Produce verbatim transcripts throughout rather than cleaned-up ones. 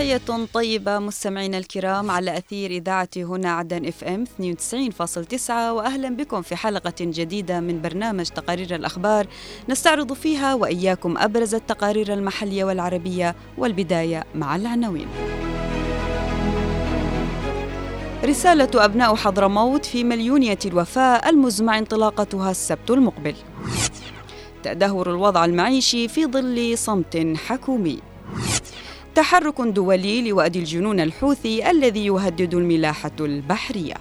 تحية طيبة مستمعينا الكرام على أثير إذاعة هنا عدن اف ام اثنين وتسعين فاصلة تسعة، وأهلا بكم في حلقة جديدة من برنامج تقارير الأخبار نستعرض فيها وإياكم أبرز التقارير المحلية والعربية، والبداية مع العناوين. رسالة أبناء حضرموت في مليونية الوفاء المزمع انطلاقتها السبت المقبل. تدهور الوضع المعيشي في ظل صمت حكومي. تحرك دولي لوأد الجنون الحوثي الذي يهدد الملاحة البحرية.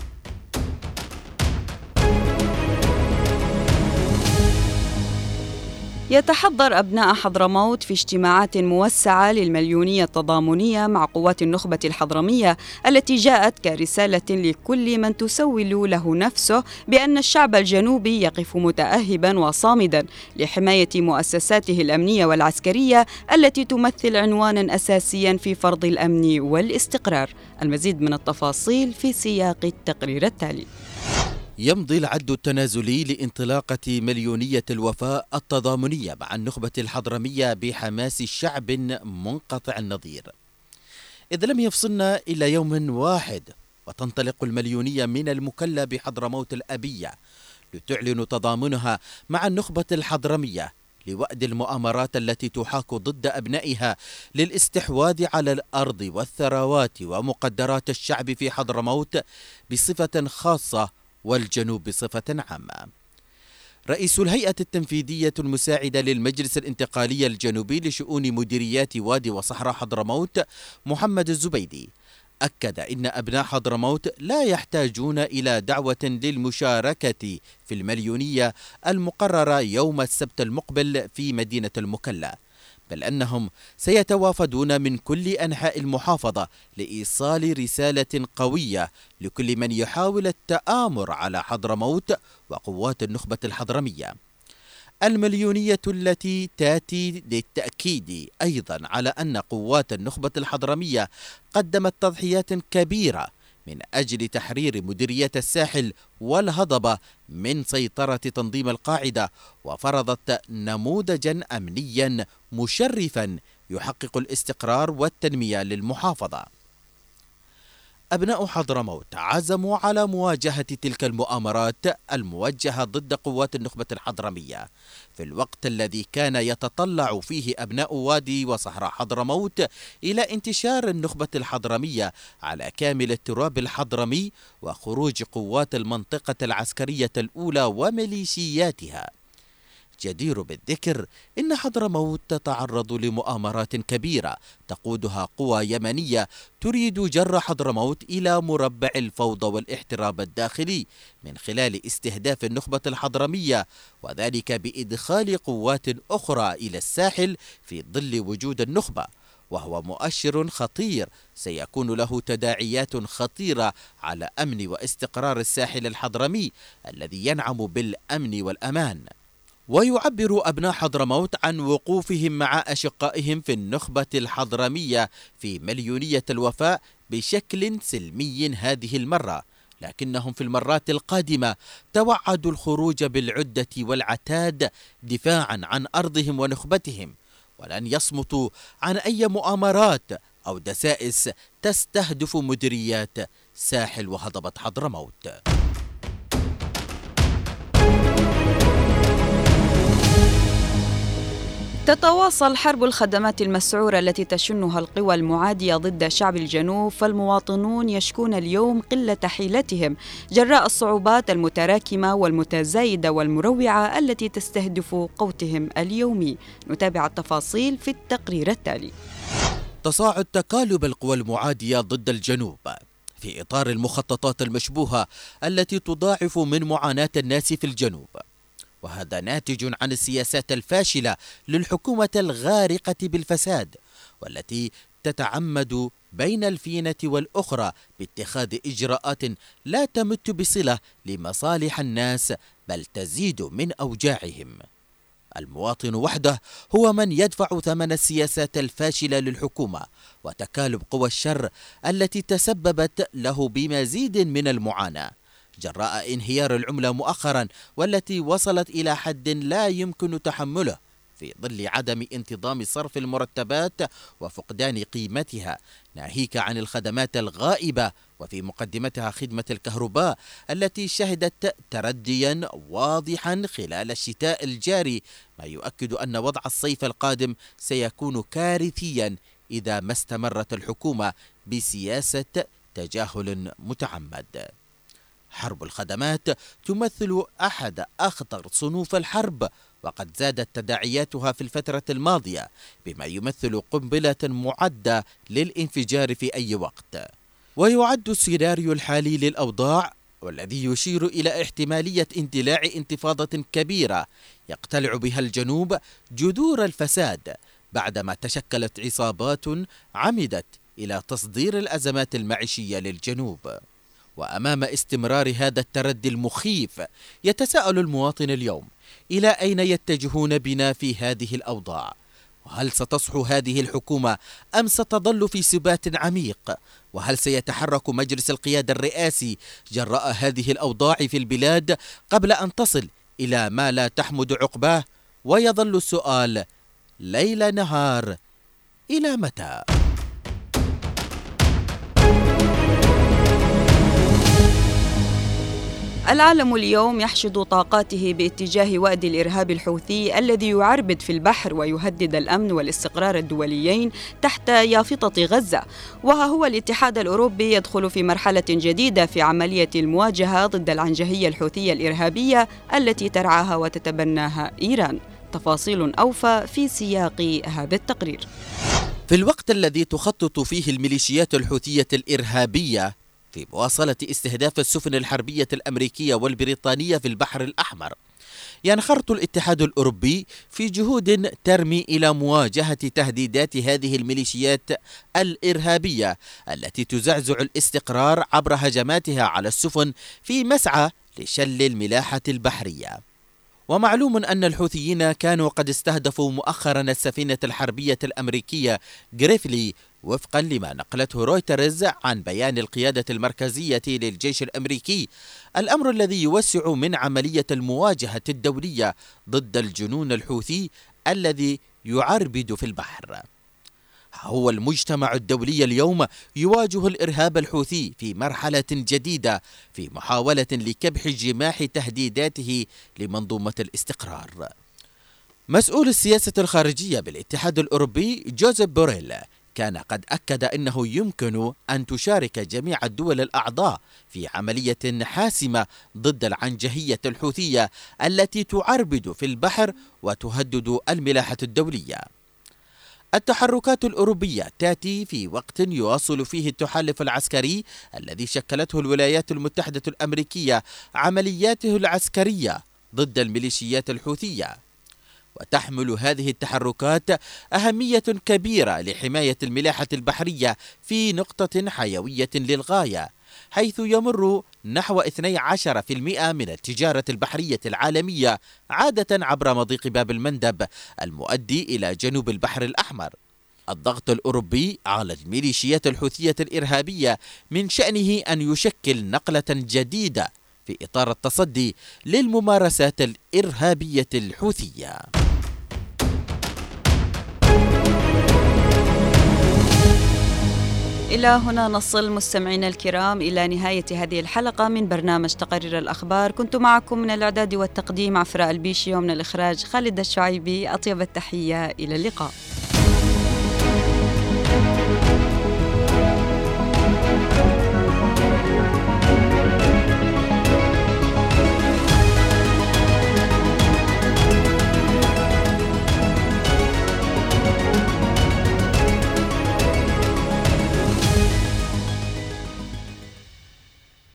يتحضر أبناء حضرموت في اجتماعات موسعة للمليونية التضامنية مع قوات النخبة الحضرمية التي جاءت كرسالة لكل من تسول له نفسه بأن الشعب الجنوبي يقف متأهبا وصامدا لحماية مؤسساته الأمنية والعسكرية التي تمثل عنوانا أساسيا في فرض الأمن والاستقرار. المزيد من التفاصيل في سياق التقرير التالي. يمضي العد التنازلي لانطلاقة مليونية الوفاء التضامنية مع النخبة الحضرمية بحماس شعب منقطع النظير، إذ لم يفصلنا إلا يوم واحد وتنطلق المليونية من المكلا بحضرموت الأبية لتعلن تضامنها مع النخبة الحضرمية لوأد المؤامرات التي تحاك ضد أبنائها للاستحواذ على الأرض والثروات ومقدرات الشعب في حضرموت بصفة خاصة والجنوب بصفة عامة. رئيس الهيئة التنفيذية المساعدة للمجلس الانتقالي الجنوبي لشؤون مديريات وادي وصحراء حضرموت محمد الزبيدي أكد إن أبناء حضرموت لا يحتاجون إلى دعوة للمشاركة في المليونية المقررة يوم السبت المقبل في مدينة المكلا، بل أنهم سيتوافدون من كل أنحاء المحافظة لإيصال رسالة قوية لكل من يحاول التآمر على حضرموت وقوات النخبة الحضرمية. المليونية التي تأتي للتأكيد أيضا على أن قوات النخبة الحضرمية قدمت تضحيات كبيرة من أجل تحرير مديرية الساحل والهضبة من سيطرة تنظيم القاعدة، وفرضت نموذجا أمنيا مشرفا يحقق الاستقرار والتنمية للمحافظة. أبناء حضرموت عزموا على مواجهة تلك المؤامرات الموجهة ضد قوات النخبة الحضرمية في الوقت الذي كان يتطلع فيه أبناء وادي وصحراء حضرموت إلى انتشار النخبة الحضرمية على كامل التراب الحضرمي وخروج قوات المنطقة العسكرية الأولى وميليشياتها. جدير بالذكر إن حضرموت تتعرض لمؤامرات كبيرة تقودها قوى يمنية تريد جر حضرموت إلى مربع الفوضى والاحتراب الداخلي من خلال استهداف النخبة الحضرمية، وذلك بإدخال قوات أخرى إلى الساحل في ظل وجود النخبة، وهو مؤشر خطير سيكون له تداعيات خطيرة على أمن واستقرار الساحل الحضرمي الذي ينعم بالأمن والأمان. ويعبر أبناء حضرموت عن وقوفهم مع أشقائهم في النخبة الحضرمية في مليونية الوفاء بشكل سلمي هذه المرة، لكنهم في المرات القادمة توعدوا الخروج بالعدة والعتاد دفاعا عن أرضهم ونخبتهم، ولن يصمتوا عن أي مؤامرات أو دسائس تستهدف مديريات ساحل وهضبة حضرموت. تتواصل حرب الخدمات المسعورة التي تشنها القوى المعادية ضد شعب الجنوب، فالمواطنون يشكون اليوم قلة حيلتهم جراء الصعوبات المتراكمة والمتزايدة والمروعة التي تستهدف قوتهم اليومي. نتابع التفاصيل في التقرير التالي. تصاعد تكالب القوى المعادية ضد الجنوب في إطار المخططات المشبوهة التي تضاعف من معاناة الناس في الجنوب، وهذا ناتج عن السياسات الفاشلة للحكومة الغارقة بالفساد والتي تتعمد بين الفينة والأخرى باتخاذ إجراءات لا تمت بصلة لمصالح الناس بل تزيد من أوجاعهم. المواطن وحده هو من يدفع ثمن السياسات الفاشلة للحكومة وتكالب قوى الشر التي تسببت له بمزيد من المعاناة جراء انهيار العملة مؤخرا، والتي وصلت إلى حد لا يمكن تحمله في ظل عدم انتظام صرف المرتبات وفقدان قيمتها، ناهيك عن الخدمات الغائبة وفي مقدمتها خدمة الكهرباء التي شهدت ترديا واضحا خلال الشتاء الجاري، ما يؤكد أن وضع الصيف القادم سيكون كارثيا إذا ما استمرت الحكومة بسياسة تجاهل متعمد. حرب الخدمات تمثل أحد أخطر صنوف الحرب، وقد زادت تداعياتها في الفترة الماضية بما يمثل قنبلة معدة للانفجار في أي وقت. ويعد السيناريو الحالي للأوضاع والذي يشير إلى احتمالية اندلاع انتفاضة كبيرة يقتلع بها الجنوب جذور الفساد، بعدما تشكلت عصابات عمدت إلى تصدير الأزمات المعيشية للجنوب. وأمام استمرار هذا التردي المخيف، يتساءل المواطن اليوم: إلى أين يتجهون بنا في هذه الأوضاع؟ وهل ستصحو هذه الحكومة أم ستظل في سبات عميق؟ وهل سيتحرك مجلس القيادة الرئاسي جراء هذه الأوضاع في البلاد قبل أن تصل إلى ما لا تحمد عقباه؟ ويظل السؤال: ليل نهار، إلى متى؟ العالم اليوم يحشد طاقاته باتجاه وأد الإرهاب الحوثي الذي يعربد في البحر ويهدد الأمن والاستقرار الدوليين تحت يافطة غزة. وها هو الاتحاد الأوروبي يدخل في مرحلة جديدة في عملية المواجهة ضد العنجهية الحوثية الإرهابية التي ترعاها وتتبناها إيران. تفاصيل أوفى في سياق هذا التقرير. في الوقت الذي تخطط فيه الميليشيات الحوثية الإرهابية في مواصلة استهداف السفن الحربية الأمريكية والبريطانية في البحر الأحمر، ينخرط الاتحاد الأوروبي في جهود ترمي إلى مواجهة تهديدات هذه الميليشيات الإرهابية التي تزعزع الاستقرار عبر هجماتها على السفن في مسعى لشل الملاحة البحرية. ومعلوم أن الحوثيين كانوا قد استهدفوا مؤخرا السفينة الحربية الأمريكية غريفلي، وفقا لما نقلته رويترز عن بيان القيادة المركزية للجيش الأمريكي، الأمر الذي يوسع من عملية المواجهة الدولية ضد الجنون الحوثي الذي يعربد في البحر. هو المجتمع الدولي اليوم يواجه الإرهاب الحوثي في مرحلة جديدة في محاولة لكبح جماح تهديداته لمنظومة الاستقرار. مسؤول السياسة الخارجية بالاتحاد الأوروبي جوزيف بوريل كان قد أكد أنه يمكن أن تشارك جميع الدول الأعضاء في عملية حاسمة ضد العنجهية الحوثية التي تعربد في البحر وتهدد الملاحة الدولية. التحركات الأوروبية تأتي في وقت يواصل فيه التحالف العسكري الذي شكلته الولايات المتحدة الأمريكية عملياته العسكرية ضد الميليشيات الحوثية، وتحمل هذه التحركات أهمية كبيرة لحماية الملاحة البحرية في نقطة حيوية للغاية، حيث يمر نحو اثني عشر بالمئة من التجارة البحرية العالمية عادة عبر مضيق باب المندب المؤدي إلى جنوب البحر الأحمر. الضغط الأوروبي على الميليشيات الحوثية الإرهابية من شأنه أن يشكل نقلة جديدة في إطار التصدي للممارسات الإرهابية الحوثية. إلى هنا نصل مستمعينا الكرام إلى نهاية هذه الحلقة من برنامج تقرير الأخبار. كنت معكم من الإعداد والتقديم عفراء البيشي، ومن الإخراج خالد الشعيبي. أطيب التحية، إلى اللقاء.